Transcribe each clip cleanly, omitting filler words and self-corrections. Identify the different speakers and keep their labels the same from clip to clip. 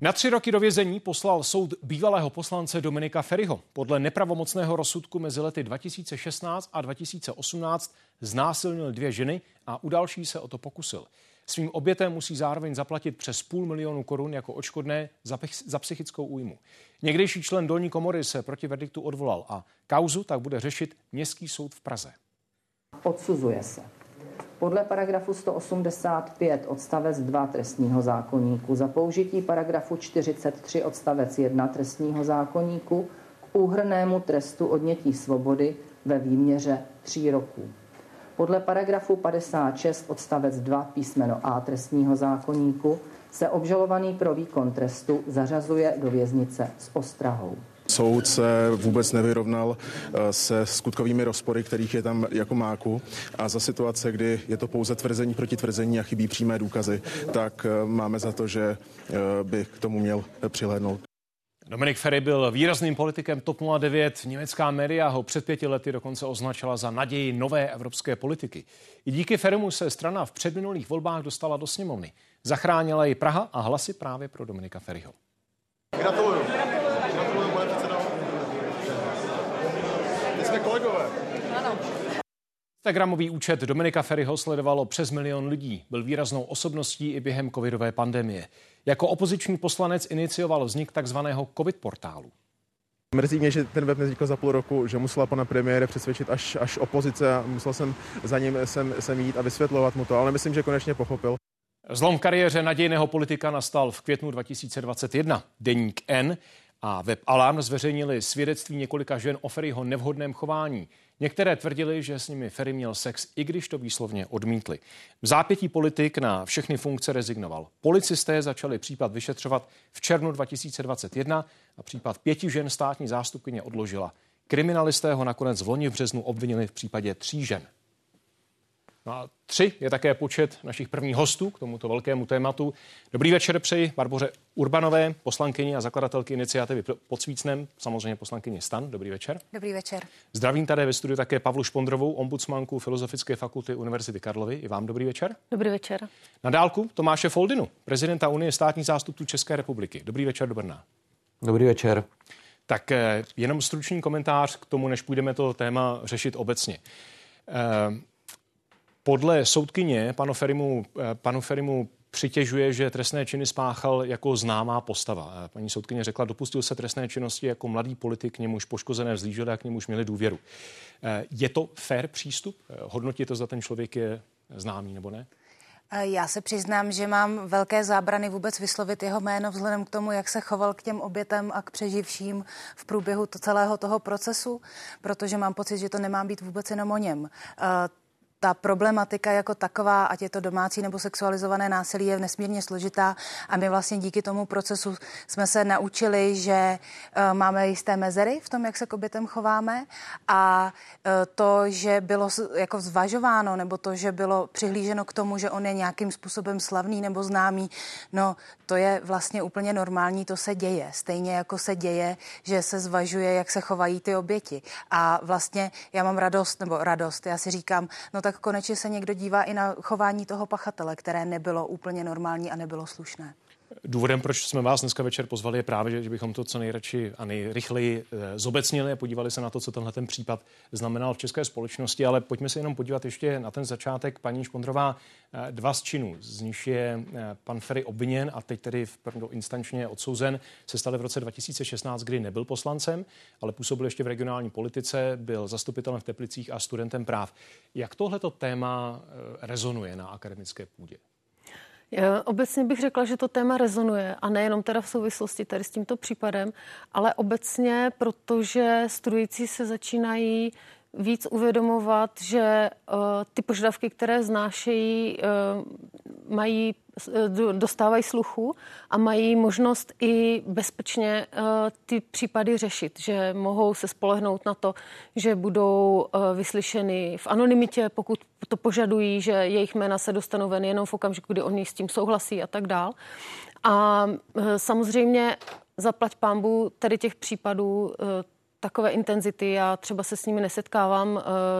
Speaker 1: Na 3 roky do vězení poslal soud bývalého poslance Dominika Feriho. Podle nepravomocného rozsudku mezi lety 2016 a 2018 znásilnil 2 ženy a u další se o to pokusil. Svým obětem musí zároveň zaplatit přes 500 000 korun jako odškodné za psychickou újmu. Někdejší člen dolní komory se proti verdiktu odvolal a kauzu tak bude řešit Městský soud v Praze.
Speaker 2: Odsuzuje se podle paragrafu 185 odstavec 2 trestního zákoníku za použití paragrafu 43 odstavec 1 trestního zákoníku k úhrnnému trestu odnětí svobody ve výměře 3 roků. Podle paragrafu 56 odstavec 2 písmeno A trestního zákoníku se obžalovaný pro výkon trestu zařazuje do věznice s ostrahou.
Speaker 3: Soud se vůbec nevyrovnal se skutkovými rozpory, kterých je tam jako máku, a za situace, kdy je to pouze tvrzení proti tvrzení a chybí přímé důkazy, tak máme za to, že by k tomu měl přihlédnout.
Speaker 1: Dominik Feri byl výrazným politikem TOP 09. Německá média ho před 5 lety dokonce označila za naději nové evropské politiky. I díky Ferimu se strana v předminulých volbách dostala do sněmovny. Zachránila ji Praha a hlasy právě pro Dominika Feriho.
Speaker 4: Gratuluju, pane předsedo. My jsme kolegové.
Speaker 5: Ano.
Speaker 1: Instagramový účet Dominika Feriho sledovalo přes 1 000 000 lidí. Byl výraznou osobností i během covidové pandemie. Jako opoziční poslanec inicioval vznik takzvaného covid portálu.
Speaker 3: Mrzí mě, že ten web nevznikl za půl roku, že musela pana premiéra přesvědčit až opozice a musel jsem za ním sem jít a vysvětlovat mu to, ale myslím, že konečně pochopil.
Speaker 1: Zlom v kariéře nadějného politika nastal v květnu 2021. Deník N a web Alarm zveřejnili svědectví několika žen o Feriho nevhodném chování. Některé tvrdili, že s nimi Feri měl sex, i když to výslovně odmítli. V zápětí politik na všechny funkce rezignoval. Policisté začali případ vyšetřovat v červnu 2021 a případ 5 žen státní zástupkyně odložila. Kriminalisté ho nakonec vloni v březnu obvinili v případě 3 žen. No a 3 je také počet našich prvních hostů k tomuto velkému tématu. Dobrý večer přeji Barboře Urbanové, poslankyni a zakladatelky iniciativy Pod Svícnem, samozřejmě poslankyni STAN. Dobrý večer.
Speaker 5: Dobrý večer.
Speaker 1: Zdravím tady ve studiu také Pavlu Špondrovou, ombudsmanku Filozofické fakulty Univerzity Karlovy. I vám dobrý večer.
Speaker 5: Dobrý večer.
Speaker 1: Na dálku Tomáše Foldinu, prezidenta Unie státních zástupců České republiky. Dobrý večer do Brna.
Speaker 6: Dobrý večer.
Speaker 1: Tak jenom stručný komentář k tomu, než půjdeme to téma řešit obecně. Podle soudkyně panu Ferimu přitěžuje, že trestné činy spáchal jako známá postava. Paní soudkyně řekla, dopustil se trestné činnosti jako mladý politik, k němuž poškozené vzlíželi a k němuž měli důvěru. Je to fair přístup? Hodnotí to, zda ten člověk je známý nebo ne?
Speaker 5: Já se přiznám, že mám velké zábrany vůbec vyslovit jeho jméno vzhledem k tomu, jak se choval k těm obětem a k přeživším v průběhu celého toho procesu, protože mám pocit, že to nemá být vůbec jenom o něm. Ta problematika jako taková, ať je to domácí nebo sexualizované násilí, je nesmírně složitá a my vlastně díky tomu procesu jsme se naučili, že máme jisté mezery v tom, jak se k obětem chováme a to, že bylo jako zvažováno nebo to, že bylo přihlíženo k tomu, že on je nějakým způsobem slavný nebo známý, no to je vlastně úplně normální, to se děje. Stejně jako se děje, že se zvažuje, jak se chovají ty oběti. A vlastně já mám radost, já si říkám, no tak konečně se někdo dívá i na chování toho pachatele, které nebylo úplně normální a nebylo slušné.
Speaker 1: Důvodem, proč jsme vás dneska večer pozvali, je právě, že bychom to co nejradši a nejrychleji zobecnili a podívali se na to, co tenhle ten případ znamenal v české společnosti, ale pojďme se jenom podívat ještě na ten začátek. Paní Špondrová, 2 z činů, z nich je pan Feri obviněn a teď tedy instančně odsouzen, se staly v roce 2016, kdy nebyl poslancem, ale působil ještě v regionální politice, byl zastupitelem v Teplicích a studentem práv. Jak tohleto téma rezonuje na akademické půdě?
Speaker 7: Obecně bych řekla, že to téma rezonuje a nejenom teda v souvislosti tady s tímto případem, ale obecně, protože studující se začínají víc uvědomovat, že ty požadavky, které znášejí, dostávají sluchu a mají možnost i bezpečně ty případy řešit, že mohou se spolehnout na to, že budou vyslyšeny v anonymitě, pokud to požadují, že jejich jména se dostanou ven jenom v okamžiku, kdy oni s tím souhlasí a tak dál. A samozřejmě zaplať pánbůh tady těch případů takové intenzity, já třeba se s nimi nesetkávám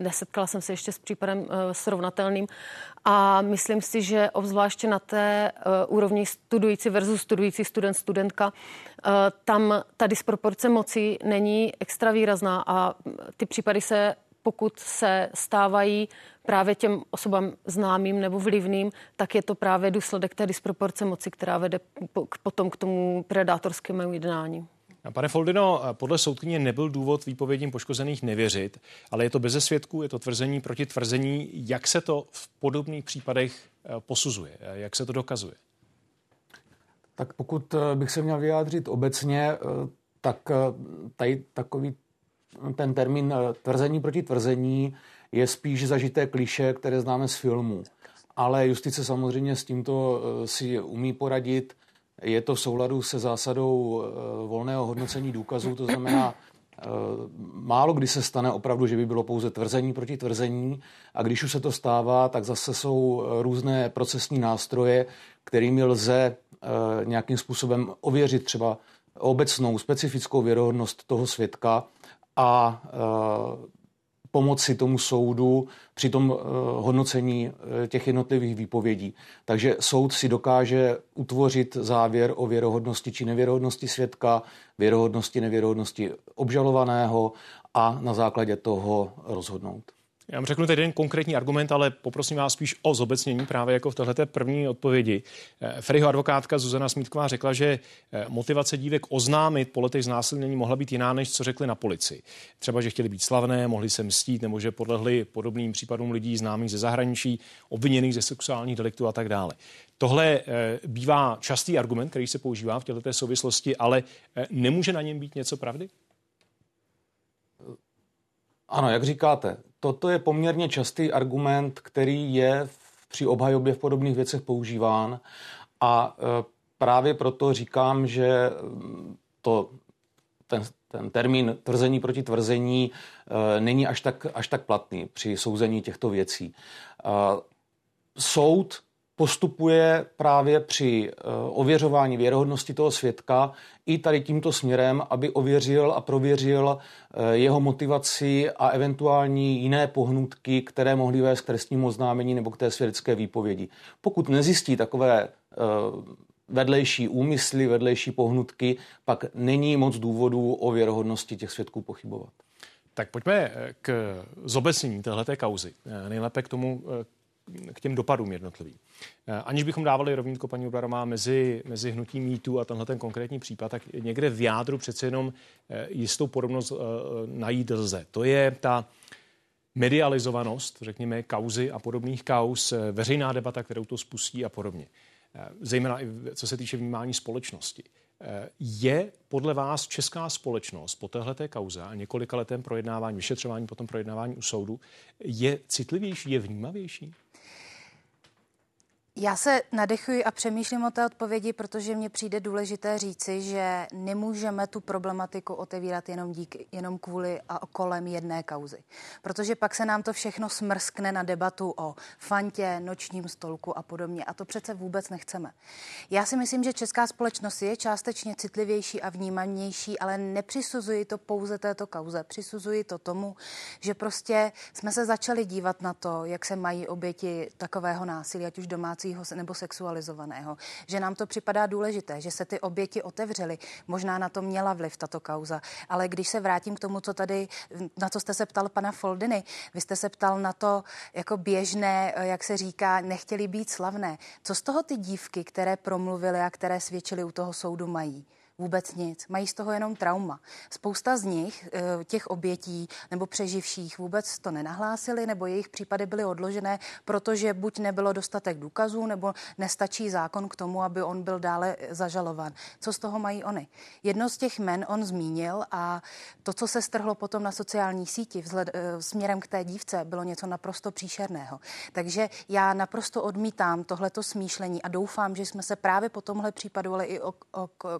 Speaker 7: nesetkala jsem se ještě s případem srovnatelným a myslím si, že obzvláště na té úrovni studující versus studující student, studentka, tam ta disproporce moci není extra výrazná a ty případy se, pokud se stávají právě těm osobám známým nebo vlivným, tak je to právě důsledek té disproporce moci, která vede potom k tomu predátorskému jednání.
Speaker 1: Pane Foldino, podle soudkyně nebyl důvod výpovědím poškozených nevěřit, ale je to beze svědků, je to tvrzení proti tvrzení. Jak se to v podobných případech posuzuje? Jak se to dokazuje?
Speaker 6: Tak pokud bych se měl vyjádřit obecně, tak tady takový ten termín tvrzení proti tvrzení je spíš zažité klišé, které známe z filmů. Ale justice samozřejmě s tímto si umí poradit. Je to v souladu se zásadou volného hodnocení důkazů, to znamená, málo kdy se stane opravdu, že by bylo pouze tvrzení proti tvrzení a když už se to stává, tak zase jsou různé procesní nástroje, kterými lze nějakým způsobem ověřit třeba obecnou, specifickou věrohodnost toho svědka a pomoci tomu soudu při tom hodnocení těch jednotlivých výpovědí. Takže soud si dokáže utvořit závěr o věrohodnosti či nevěrohodnosti svědka, věrohodnosti, nevěrohodnosti obžalovaného a na základě toho rozhodnout.
Speaker 1: Já vám řeknu tady jeden konkrétní argument, ale poprosím vás spíš o zobecnění právě jako v téhleté první odpovědi. Feriho advokátka Zuzana Smítková řekla, že motivace dívek oznámit po letech znásilnění mohla být jiná, než co řekli na policii. Třeba, že chtěli být slavné, mohli se mstít, nebo že podlehli podobným případům lidí známých ze zahraničí, obviněných ze sexuálních deliktů a tak dále. Tohle bývá častý argument, který se používá v této souvislosti, ale nemůže na něm být něco pravdy?
Speaker 6: Ano, jak říkáte, toto je poměrně častý argument, který je při obhajobě v podobných věcech používán a právě proto říkám, že ten termín tvrzení proti tvrzení není až tak platný při souzení těchto věcí. Soud postupuje právě při ověřování věrohodnosti toho svědka i tady tímto směrem, aby ověřil a prověřil jeho motivaci a eventuální jiné pohnutky, které mohly vést k trestnímu oznámení nebo k té svědecké výpovědi. Pokud nezjistí takové vedlejší úmysly, vedlejší pohnutky, pak není moc důvodů o věrohodnosti těch svědků pochybovat.
Speaker 1: Tak pojďme k zobecnění téhleté kauzy. Nejlépe k těm dopadům jednotlivým. Aniž bychom dávali rovnítko, paní Obrarová, mezi hnutím mýtu a tenhle ten konkrétní případ, tak někde v jádru přece jenom jistou podobnost najít lze. To je ta medializovanost, řekněme, kauzy a podobných kauz, veřejná debata, kterou to spustí a podobně. Zejména i co se týče vnímání společnosti. Je podle vás česká společnost po téhleté kauze a několika letém projednávání, vyšetřování, potom projednávání u soudu, je citlivější, je vnímavější?
Speaker 5: Já se nadechuji a přemýšlím o té odpovědi, protože mně přijde důležité říci, že nemůžeme tu problematiku otevírat jenom kvůli a kolem jedné kauzy. Protože pak se nám to všechno smrskne na debatu o fantě, nočním stolku a podobně. A to přece vůbec nechceme. Já si myslím, že česká společnost je částečně citlivější a vnímavější, ale nepřisuzuji to pouze této kauze. Přisuzuji to tomu, že prostě jsme se začali dívat na to, jak se mají oběti takového násilí, ať už domácí nebo sexualizovaného, že nám to připadá důležité, že se ty oběti otevřely. Možná na to měla vliv tato kauza, ale když se vrátím k tomu, co tady, na co jste se ptal pana Foldiny, vy jste se ptal na to jako běžné, jak se říká, nechtěli být slavné. Co z toho ty dívky, které promluvily a které svědčily u toho soudu, mají? Vůbec nic. Mají z toho jenom trauma. Spousta z nich, těch obětí nebo přeživších, vůbec to nenahlásili, nebo jejich případy byly odložené, protože buď nebylo dostatek důkazů, nebo nestačí zákon k tomu, aby on byl dále zažalován. Co z toho mají oni? Jedno z těch jmen on zmínil a to, co se strhlo potom na sociální síti směrem k té dívce, bylo něco naprosto příšerného. Takže já naprosto odmítám tohleto smýšlení a doufám, že jsme se právě po tomhle případu, ale i kolem těch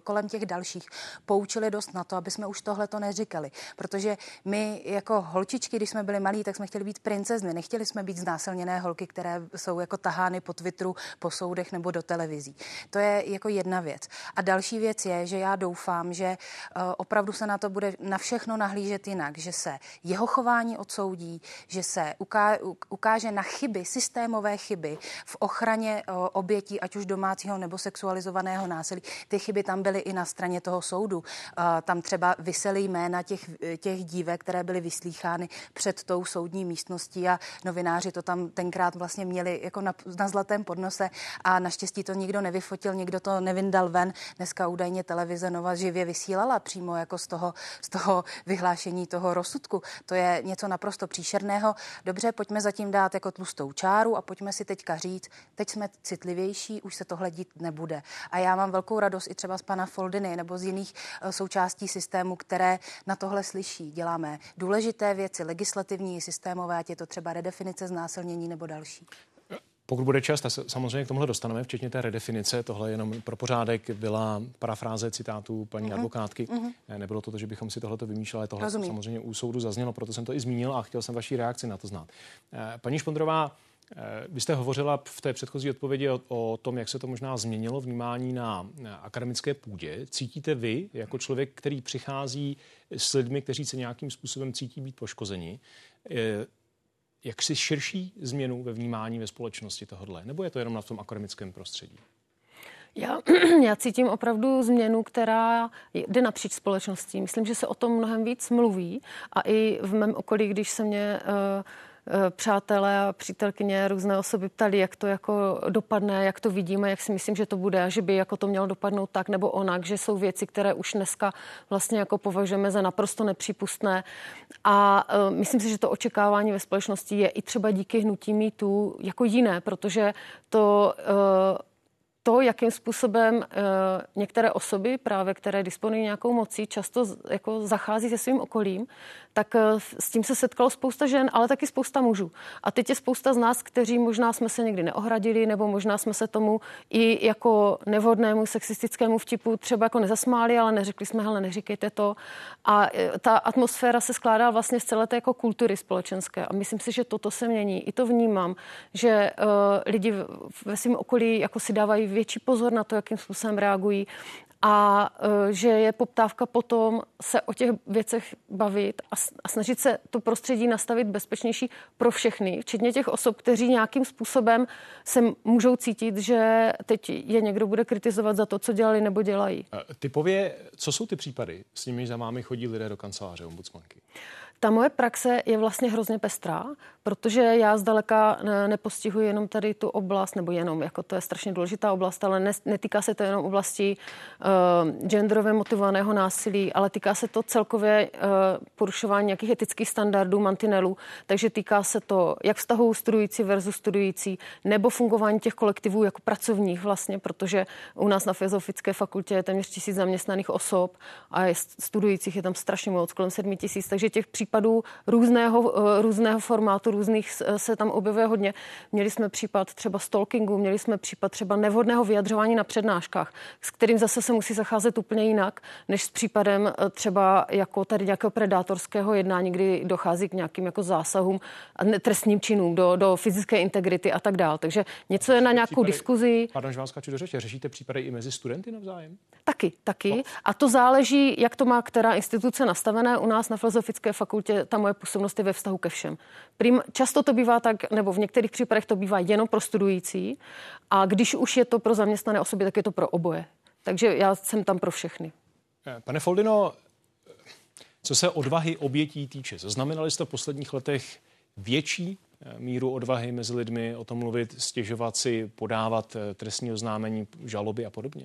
Speaker 5: dalších poučili dost na to, aby jsme už tohle to neříkali. Protože my jako holčičky, když jsme byli malí, tak jsme chtěli být princezny, nechtěli jsme být znásilněné holky, které jsou jako tahány po Twitteru, po soudech nebo do televizí. To je jako jedna věc. A další věc je, že já doufám, že opravdu se na to bude na všechno nahlížet jinak, že se jeho chování odsoudí, že se ukáže na chyby, systémové chyby v ochraně obětí, ať už domácího nebo sexualizovaného násilí. Ty chyby tam byly i na straně toho soudu. Tam třeba visely jména těch dívek, které byly vyslýchány před tou soudní místností a novináři to tam tenkrát vlastně měli jako na zlatém podnose a naštěstí to nikdo nevyfotil, nikdo to nevyndal ven. Dneska údajně televize Nova živě vysílala přímo jako z toho vyhlášení toho rozsudku. To je něco naprosto příšerného. Dobře, pojďme zatím dát jako tlustou čáru a pojďme si teďka říct, teď jsme citlivější, už se tohle dít nebude. A já mám velkou radost i třeba z pana Foldiny nebo z jiných součástí systému, které na tohle slyší. Děláme důležité věci, legislativní, systémové, ať je to třeba redefinice znásilnění nebo další.
Speaker 1: Pokud bude čas, tak samozřejmě k tomuhle dostaneme, včetně té redefinice. Tohle jenom pro pořádek byla parafráze citátu paní advokátky. Nebylo to, že bychom si tohleto vymýšleli, ale tohle samozřejmě u soudu zaznělo, proto jsem to i zmínil a chtěl jsem vaši reakci na to znát. Paní Špondrová, vy jste hovořila v té předchozí odpovědi o tom, jak se to možná změnilo vnímání na akademické půdě. Cítíte vy, jako člověk, který přichází s lidmi, kteří se nějakým způsobem cítí být poškozeni, jaksi širší změnu ve vnímání ve společnosti tohodle? Nebo je to jenom na tom akademickém prostředí?
Speaker 7: Já cítím opravdu změnu, která jde napříč společností. Myslím, že se o tom mnohem víc mluví a i v mém okolí, když se mě přátelé a přítelkyně, různé osoby ptali, jak to jako dopadne, jak to vidíme, jak si myslím, že to bude a že by jako to mělo dopadnout tak nebo onak, že jsou věci, které už dneska vlastně jako považujeme za naprosto nepřípustné. A myslím si, že to očekávání ve společnosti je i třeba díky hnutí MeToo jako jiné, protože to, jakým způsobem některé osoby, právě které disponují nějakou mocí, často jako zachází se svým okolím, tak s tím se setkalo spousta žen, ale taky spousta mužů. A teď je spousta z nás, kteří možná jsme se někdy neohradili, nebo možná jsme se tomu i jako nevhodnému sexistickému vtipu třeba jako nezasmáli, ale neřekli jsme, hele, neříkejte to. A ta atmosféra se skládá vlastně z celé té jako kultury společenské. A myslím si, že toto se mění. I to vnímám, že lidi ve svém okolí jako si dávají větší pozor na to, jakým způsobem reagují a že je poptávka potom se o těch věcech bavit a snažit se to prostředí nastavit bezpečnější pro všechny, včetně těch osob, kteří nějakým způsobem se můžou cítit, že teď je někdo bude kritizovat za to, co dělali nebo dělají.
Speaker 1: Typově, co jsou ty případy, s nimiž za vámi chodí lidé do kanceláře ombudsmanky?
Speaker 7: Ta moje praxe je vlastně hrozně pestrá, protože já zdaleka nepostihuji jenom tady tu oblast, nebo jenom, jako to je strašně důležitá oblast, ale netýká se to jenom oblasti genderově motivovaného násilí, ale týká se to celkově porušování nějakých etických standardů, mantinelů, takže týká se to jak vztahů studující versus studující, nebo fungování těch kolektivů jako pracovních vlastně, protože u nás na Filozofické fakultě je téměř 1000 zaměstnaných osob a studujících je tam strašně moc, kolem 7000, takže těch případů různého formátu, různých se tam objevuje hodně. Měli jsme případ třeba stalkingu, měli jsme případ třeba nevhodného vyjadřování na přednáškách, s kterým zase se musí zacházet úplně jinak, než s případem třeba jako tady nějakého predátorského jednání, kdy dochází k nějakým jako zásahům a trestním činům do fyzické integrity a tak dále. Takže něco je na nějakou diskuzi.
Speaker 1: Pardon, že vás skáču do řeči. Řešíte případy i mezi studenty navzájem?
Speaker 7: Taky. A to záleží, jak to má která instituce nastavené. U nás na Filozofické fakultě ta moje působnost je ve vztahu ke všem. Často to bývá tak, nebo v některých případech to bývá jenom pro studující a když už je to pro zaměstnané osoby, tak je to pro oboje. Takže já jsem tam pro všechny.
Speaker 1: Pane Foldino, co se odvahy obětí týče, zaznamenali jste v posledních letech větší míru odvahy mezi lidmi o tom mluvit, stěžovat si, podávat trestní oznámení, žaloby a podobně?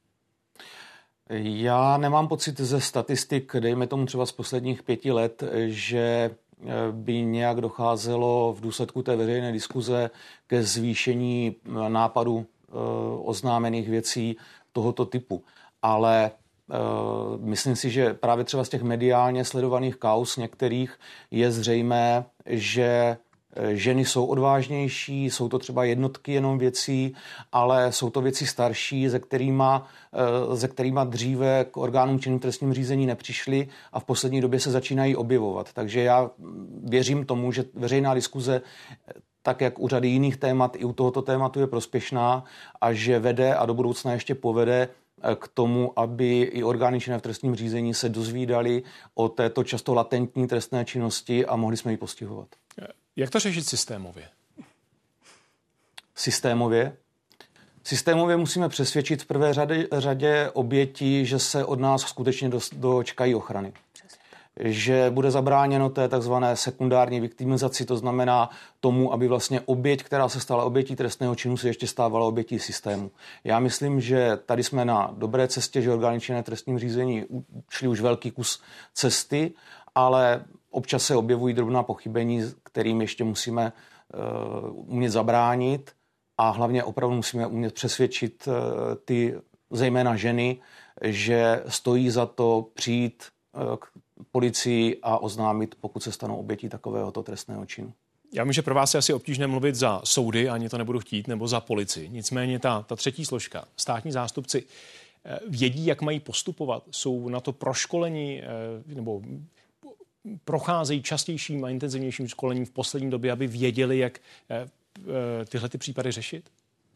Speaker 6: Já nemám pocit ze statistik, dejme tomu třeba z posledních 5 let, že by nějak docházelo v důsledku té veřejné diskuze ke zvýšení nápadu oznámených věcí tohoto typu. Ale myslím si, že právě třeba z těch mediálně sledovaných kauz některých je zřejmé, že ženy jsou odvážnější, jsou to třeba jednotky jenom věcí, ale jsou to věci starší, se kterýma dříve k orgánům činným v trestním řízení nepřišly a v poslední době se začínají objevovat. Takže já věřím tomu, že veřejná diskuze, tak jak u řady jiných témat, i u tohoto tématu je prospěšná a že vede a do budoucna ještě povede k tomu, aby i orgány činné v trestním řízení se dozvídali o této často latentní trestné činnosti a mohli jsme ji postihovat.
Speaker 1: Jak to řešit systémově?
Speaker 6: Systémově? Systémově musíme přesvědčit v prvé řadě oběti, že se od nás skutečně dočkají ochrany. Že bude zabráněno té takzvané sekundární viktimizaci, to znamená tomu, aby vlastně oběť, která se stala obětí trestného činu, se ještě stávala obětí systému. Já myslím, že tady jsme na dobré cestě, že orgány činné v trestním řízení šli už velký kus cesty, ale občas se objevují drobná pochybení, kterým ještě musíme umět zabránit a hlavně opravdu musíme umět přesvědčit ty zejména ženy, že stojí za to přijít k policii a oznámit, pokud se stanou obětí takovéhoto trestného činu.
Speaker 1: Já vím, že pro vás je asi obtížné mluvit za soudy, ani to nebudu chtít, nebo za policii. Nicméně ta třetí složka, státní zástupci, vědí, jak mají postupovat, jsou na to proškolení nebo procházejí častějším a intenzivnějším školením v poslední době, aby věděli, jak tyhle ty případy řešit?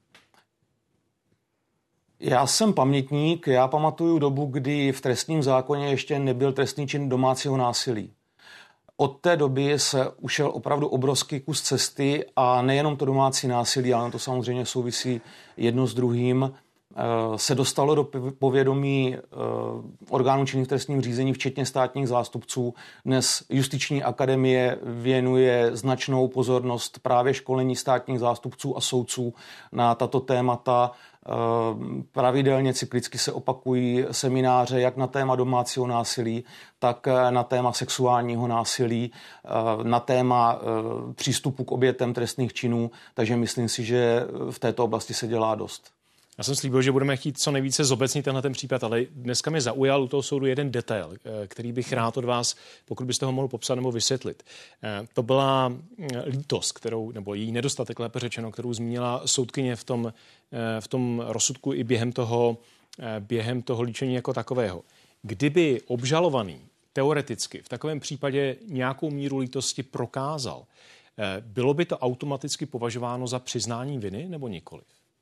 Speaker 6: Já jsem pamětník, já pamatuju dobu, kdy v trestním zákoně ještě nebyl trestný čin domácího násilí. Od té doby se ušel opravdu obrovský kus cesty a nejenom to domácí násilí, ale to samozřejmě souvisí jedno s druhým, se dostalo do povědomí orgánů činných v trestním řízení, včetně státních zástupců. Dnes Justiční akademie věnuje značnou pozornost právě školení státních zástupců a soudců na tato témata. Pravidelně cyklicky se opakují semináře jak na téma domácího násilí, tak na téma sexuálního násilí, na téma přístupu k obětem trestných činů, takže myslím si, že v této oblasti se dělá dost.
Speaker 1: Já jsem slíbil, že budeme chtít co nejvíce zobecnit tenhle ten případ, ale dneska mi zaujal u toho soudu jeden detail, který bych rád od vás, pokud byste ho mohl popsat nebo vysvětlit. To byla lítost, nebo její nedostatek, lépe řečeno, kterou zmínila soudkyně v tom rozsudku i během toho líčení jako takového. Kdyby obžalovaný teoreticky v takovém případě nějakou míru lítosti prokázal, bylo by to automaticky považováno za přiznání viny nebo nikoliv?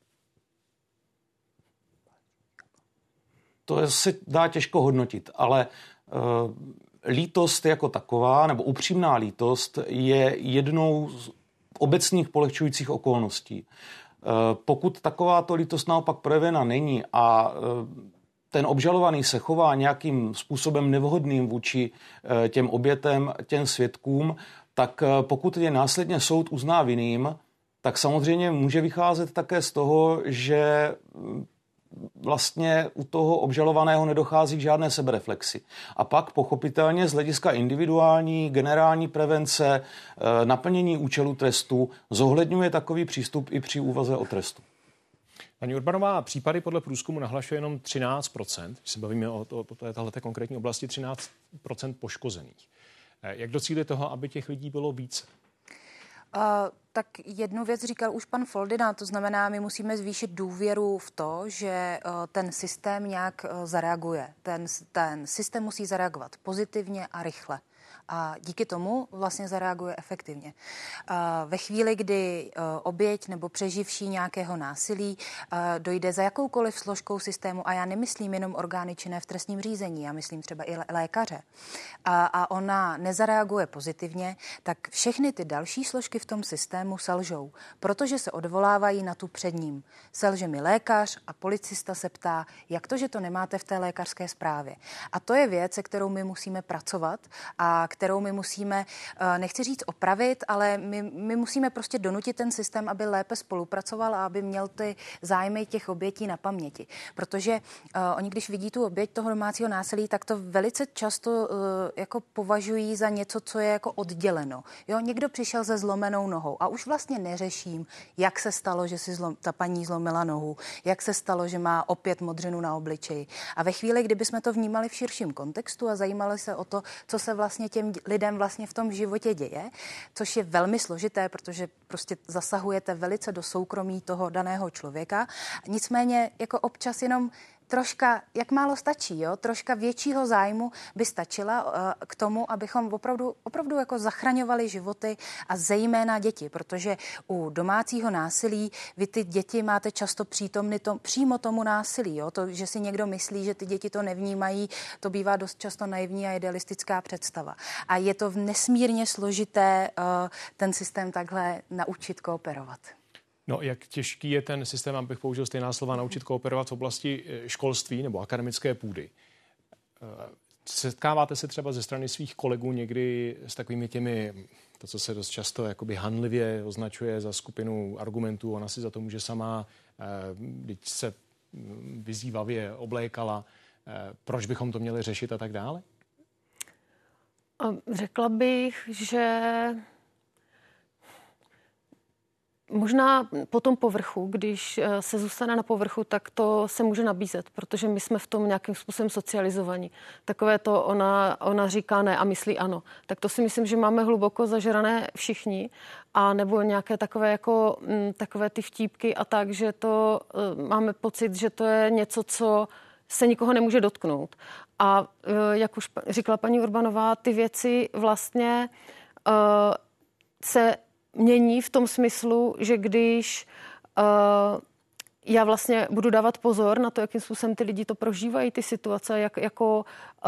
Speaker 6: To se dá těžko hodnotit, ale lítost jako taková, nebo upřímná lítost, je jednou z obecných polehčujících okolností. Pokud takováto lítost naopak projevena není a ten obžalovaný se chová nějakým způsobem nevhodným vůči těm obětem, těm svědkům, tak pokud je následně soud uzná vinným, tak samozřejmě může vycházet také z toho, že vlastně u toho obžalovaného nedochází k žádné sebereflexi. A pak pochopitelně z hlediska individuální, generální prevence, naplnění účelu trestu zohledňuje takový přístup i při úvaze o trestu.
Speaker 1: Paní Urbanová, případy podle průzkumu nahlašuje jenom 13%, když se bavíme o této konkrétní oblasti, 13% poškozených. Jak docílit toho, aby těch lidí bylo více?
Speaker 5: Tak jednu věc říkal už pan Foldyna, to znamená, my musíme zvýšit důvěru v to, že ten systém nějak zareaguje. Ten systém musí zareagovat pozitivně a rychle. A díky tomu vlastně zareaguje efektivně. Ve chvíli, kdy oběť nebo přeživší nějakého násilí dojde za jakoukoliv složkou systému, a já nemyslím jenom orgány činné v trestním řízení, já myslím třeba i lékaře, a ona nezareaguje pozitivně, tak všechny ty další složky v tom systému selžou, protože se odvolávají na tu před ním. Selže mi lékař a policista se ptá, jak to, že to nemáte v té lékařské zprávě. A to je věc, se kterou my musíme pracovat a kterou my musíme, nechci říct opravit, ale my musíme prostě donutit ten systém, aby lépe spolupracoval a aby měl ty zájmy těch obětí na paměti. Protože oni, když vidí tu oběť toho domácího násilí, tak to velice často jako považují za něco, co je jako odděleno. Jo, někdo přišel se zlomenou nohou a už vlastně neřeším, jak se stalo, že si ta paní zlomila nohu, jak se stalo, že má opět modřinu na obličeji. A ve chvíli, kdyby jsme to vnímali v širším kontextu a zajímali se o to, co se vlastně těm těm lidem vlastně v tom životě děje, což je velmi složité, protože prostě zasahujete velice do soukromí toho daného člověka. Nicméně jako občas jenom troška, jak málo stačí, jo? Troška většího zájmu by stačila k tomu, abychom opravdu jako zachraňovali životy a zejména děti, protože u domácího násilí vy ty děti máte často přítomny přímo tomu násilí. Jo? To, že si někdo myslí, že ty děti to nevnímají, to bývá dost často naivní a idealistická představa. A je to nesmírně složité ten systém takhle naučit kooperovat.
Speaker 1: No, jak těžký je ten systém, abych použil stejná slova, naučit kooperovat v oblasti školství nebo akademické půdy? Setkáváte se třeba ze strany svých kolegů někdy s takovými těmi, to, co se dost často jakoby hanlivě označuje za skupinu argumentů, ona si za to může sama, když se vyzývavě oblékala, proč bychom to měli řešit a tak dále?
Speaker 7: Řekla bych, že možná po tom povrchu, když se zůstane na povrchu, tak to se může nabízet, protože my jsme v tom nějakým způsobem socializovaní. Takové to ona říká ne a myslí ano. Tak to si myslím, že máme hluboko zažrané všichni a nebo nějaké takové jako takové ty vtípky a tak, že to máme pocit, že to je něco, co se nikoho nemůže dotknout. A jak už říkala paní Urbanová, ty věci vlastně se mění v tom smyslu, že když já vlastně budu dávat pozor na to, jakým způsobem ty lidi to prožívají, ty situace, jak jako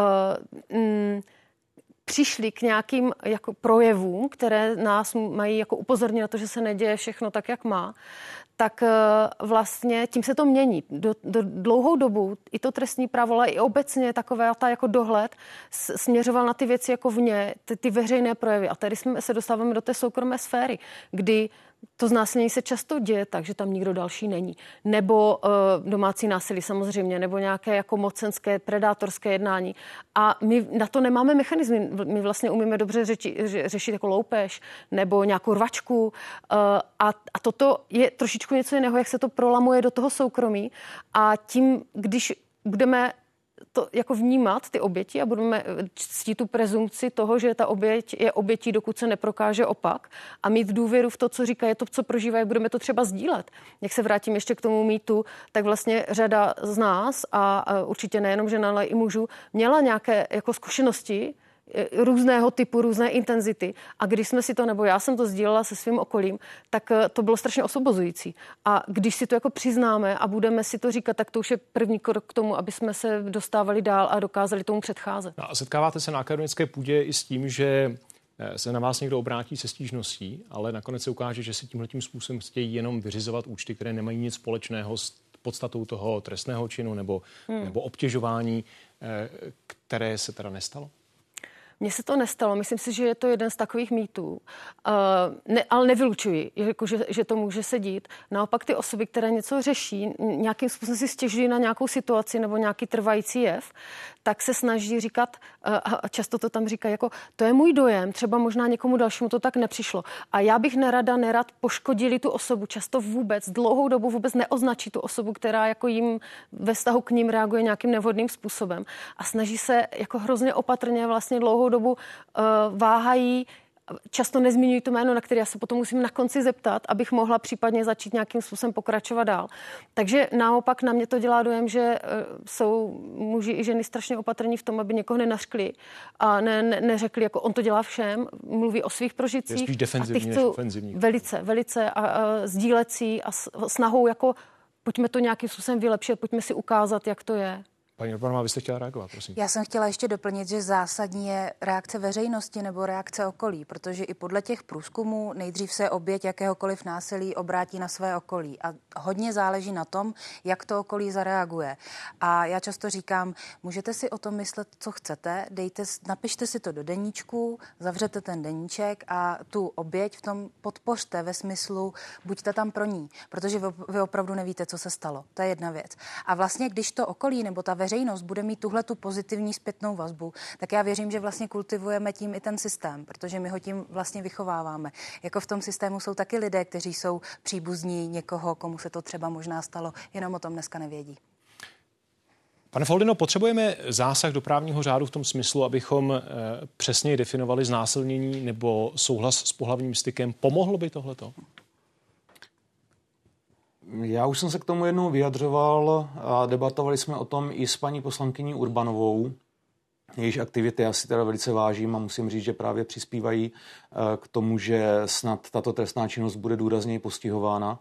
Speaker 7: přišli k nějakým jako projevům, které nás mají jako upozornit na to, že se neděje všechno tak, jak má, tak vlastně tím se to mění. Do dlouhou dobu i to trestní právo, ale i obecně takové ta jako dohled směřoval na ty věci jako vně, ty veřejné projevy. A tady jsme se dostáváme do té soukromé sféry, kdy to znásilnění se často děje tak, že tam nikdo další není. Nebo domácí násilí samozřejmě, nebo nějaké jako mocenské, predátorské jednání. A my na to nemáme mechanismy. My vlastně umíme dobře řešit jako loupež nebo nějakou rvačku. A toto je trošičku něco jiného, jak se to prolamuje do toho soukromí. A tím, když budeme to jako vnímat ty oběti a budeme ctít tu prezumci toho, že ta oběť je obětí, dokud se neprokáže opak a mít důvěru v to, co říkají, to, co prožívají, budeme to třeba sdílet. Jak se vrátím ještě k tomu mýtu, tak vlastně řada z nás a určitě nejenom žen, ale i mužů měla nějaké jako zkušenosti různého typu, různé intenzity. A když jsme si to, nebo já jsem to sdílela se svým okolím, tak to bylo strašně osvobozující. A když si to jako přiznáme a budeme si to říkat, tak to už je první krok k tomu, aby jsme se dostávali dál a dokázali tomu předcházet.
Speaker 1: No a setkáváte se na akademické půdě i s tím, že se na vás někdo obrátí se stížností, ale nakonec se ukáže, že si tímhletím způsobem chtějí jenom vyřizovat účty, které nemají nic společného s podstatou toho trestného činu nebo obtěžování, které se teda nestalo?
Speaker 7: Mně se to nestalo. Myslím si, že je to jeden z takových mýtů. Ale nevylučuji, jako že to může se dít. Naopak ty osoby, které něco řeší, nějakým způsobem si stěžují na nějakou situaci nebo nějaký trvající jev, tak se snaží říkat, a často to tam říkají, jako to je můj dojem, třeba možná někomu dalšímu to tak nepřišlo. A já bych nerad poškodili tu osobu. Často vůbec, dlouhou dobu vůbec neoznačí tu osobu, která jako jim ve vztahu k ním reaguje nějakým nevhodným způsobem. A snaží se jako hrozně opatrně vlastně dlouhou dobu váhají, často nezmiňují to jméno, na které já se potom musím na konci zeptat, abych mohla případně začít nějakým způsobem pokračovat dál. Takže naopak na mě to dělá dojem, že jsou muži i ženy strašně opatrní v tom, aby někoho nenařkli a neřekli, jako on to dělá všem, mluví o svých prožitcích.
Speaker 1: Je spíš defenzivní než ofenzivní.
Speaker 7: Velice a sdílecí a snahou jako pojďme to nějakým způsobem vylepšit, pojďme si ukázat, jak to je.
Speaker 1: Paní Urbanová, vy jste chtěla reagovat, prosím.
Speaker 5: Já jsem chtěla ještě doplnit, že zásadní je reakce veřejnosti nebo reakce okolí, protože i podle těch průzkumů nejdřív se oběť jakéhokoliv násilí obrátí na své okolí a hodně záleží na tom, jak to okolí zareaguje. A já často říkám, můžete si o tom myslet, co chcete, napište si to do deníčku, zavřete ten deníček a tu oběť v tom podpořte ve smyslu, buďte tam pro ní, protože vy opravdu nevíte, co se stalo. To je jedna věc. A vlastně, když to okolí nebo ta veřejnost bude mít tuhletu pozitivní zpětnou vazbu, tak já věřím, že vlastně kultivujeme tím i ten systém, protože my ho tím vlastně vychováváme. Jako v tom systému jsou taky lidé, kteří jsou příbuzní někoho, komu se to třeba možná stalo, jenom o tom dneska nevědí.
Speaker 1: Pane Foldino, potřebujeme zásah do právního řádu v tom smyslu, abychom přesněji definovali znásilnění nebo souhlas s pohlavním stykem? Pomohlo by tohleto?
Speaker 6: Já už jsem se k tomu jednou vyjadřoval a debatovali jsme o tom i s paní poslankyní Urbanovou. Jejíž aktivity já si teda velice vážím a musím říct, že právě přispívají k tomu, že snad tato trestná činnost bude důrazněji postihována.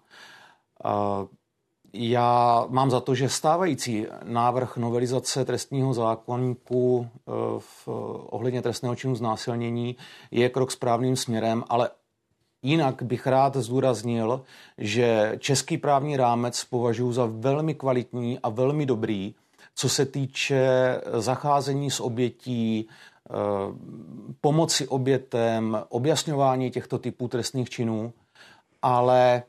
Speaker 6: Já mám za to, že stávající návrh novelizace trestního zákoníku ohledně trestného činu znásilnění je krok správným směrem, ale jinak bych rád zdůraznil, že český právní rámec považuji za velmi kvalitní a velmi dobrý, co se týče zacházení s obětí, pomoci obětem, objasňování těchto typů trestných činů, ale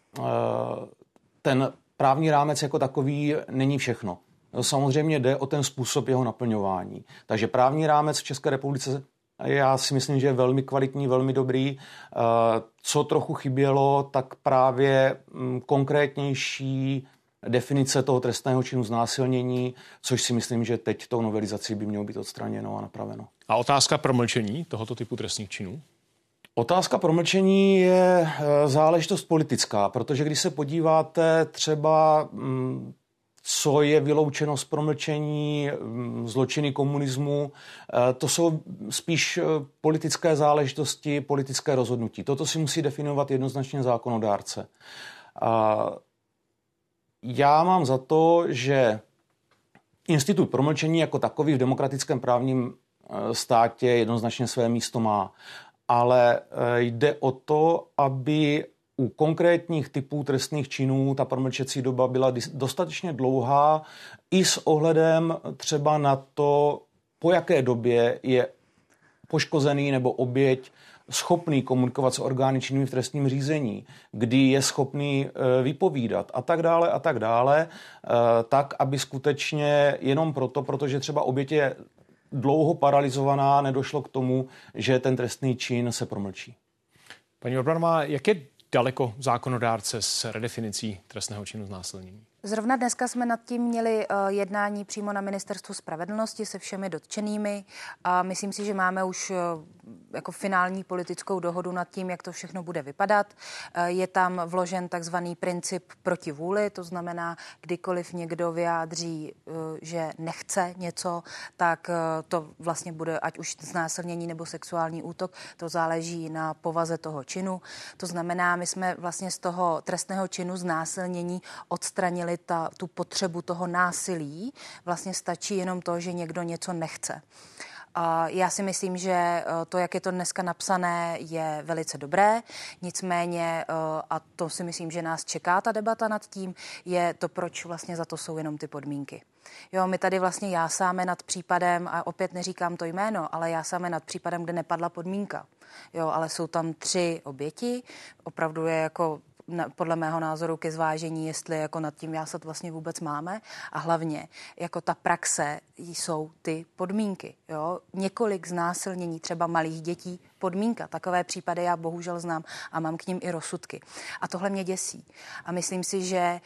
Speaker 6: ten právní rámec jako takový není všechno. Samozřejmě jde o ten způsob jeho naplňování. Takže právní rámec v České republice já si myslím, že je velmi kvalitní, velmi dobrý. Co trochu chybělo, tak právě konkrétnější definice toho trestného činu znásilnění, což si myslím, že teď tou novelizací by mělo být odstraněno a napraveno.
Speaker 1: A otázka promlčení tohoto typu trestných činů?
Speaker 6: Otázka promlčení je záležitost politická, protože když se podíváte třeba, co je vyloučeno z promlčení, zločiny komunismu, to jsou spíš politické záležitosti, politické rozhodnutí. Toto si musí definovat jednoznačně zákonodárce. Já mám za to, že institut promlčení jako takový v demokratickém právním státě jednoznačně své místo má. Ale jde o to, aby u konkrétních typů trestných činů ta promlčecí doba byla dostatečně dlouhá i s ohledem třeba na to, po jaké době je poškozený nebo oběť schopný komunikovat s orgány činnými v trestním řízení, kdy je schopný vypovídat a tak dále, tak, aby skutečně jenom proto, protože třeba oběť je dlouho paralizovaná, nedošlo k tomu, že ten trestný čin se promlčí.
Speaker 1: Paní Urbanová, jak je daleko zákonodárce s redefinicí trestného činu znásilnění?
Speaker 5: Zrovna dneska jsme nad tím měli jednání přímo na Ministerstvu spravedlnosti se všemi dotčenými a myslím si, že máme už jako finální politickou dohodu nad tím, jak to všechno bude vypadat. Je tam vložen takzvaný princip proti vůli, to znamená, kdykoliv někdo vyjádří, že nechce něco, tak to vlastně bude ať už znásilnění nebo sexuální útok, to záleží na povaze toho činu. To znamená, my jsme vlastně z toho trestného činu znásilnění odstranili tu potřebu toho násilí. Vlastně stačí jenom to, že někdo něco nechce. Já si myslím, že to, jak je to dneska napsané, je velice dobré. Nicméně, a to si myslím, že nás čeká ta debata nad tím, je to, proč vlastně za to jsou jenom ty podmínky. Jo, my tady vlastně jásáme nad případem, a opět neříkám to jméno, ale jásáme nad případem, kde nepadla podmínka. Jo, ale jsou tam 3 oběti. Opravdu je jako podle mého názoru ke zvážení, jestli jako nad tím jásat vlastně vůbec máme. A hlavně, jako ta praxe jsou ty podmínky. Jo? Několik znásilnění třeba malých dětí, podmínka. Takové případy já bohužel znám a mám k nim i rozsudky. A tohle mě děsí. A myslím si, že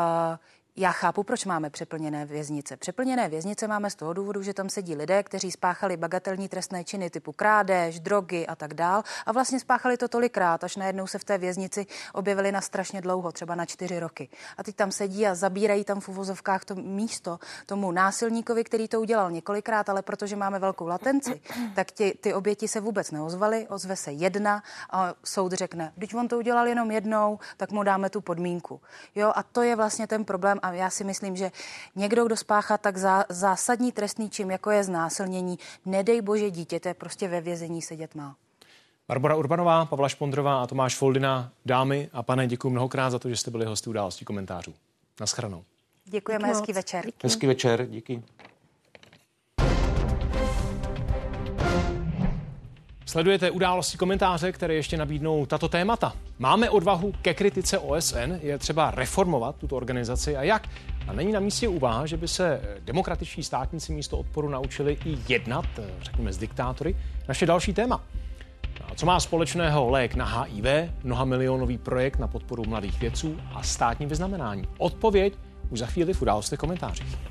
Speaker 5: já chápu, proč máme přeplněné věznice. Přeplněné věznice máme z toho důvodu, že tam sedí lidé, kteří spáchali bagatelní trestné činy typu krádež, drogy a tak dál a vlastně spáchali to tolikrát, až najednou se v té věznici objevili na strašně dlouho, třeba na 4 roky. A teď tam sedí a zabírají tam v uvozovkách to místo tomu násilníkovi, který to udělal několikrát, ale protože máme velkou latenci, tak ty oběti se vůbec neozvaly, ozve se jedna a soud řekne, když on to udělal jenom jednou, tak mu dáme tu podmínku. Jo, a to je vlastně ten problém. A já si myslím, že někdo, kdo spáchá tak zásadní trestný čin, jako je znásilnění, nedej bože dítěte, prostě ve vězení sedět má.
Speaker 1: Barbora Urbanová, Pavla Špondrová a Tomáš Foldina, dámy a pane, děkuji mnohokrát za to, že jste byli hosty Událostí komentářů. Naschranou.
Speaker 5: Děkujeme, hezký večer.
Speaker 6: Hezký večer, díky.
Speaker 1: Sledujete Události komentáře, které ještě nabídnou tato témata. Máme odvahu ke kritice OSN, je třeba reformovat tuto organizaci a jak? A není na místě úvaha, že by se demokratičtí státníci místo odporu naučili i jednat, řekněme, s diktátory? Naše další téma. A co má společného lék na HIV, mnohamilionový projekt na podporu mladých vědců a státní vyznamenání? Odpověď už za chvíli v Událostech komentářích.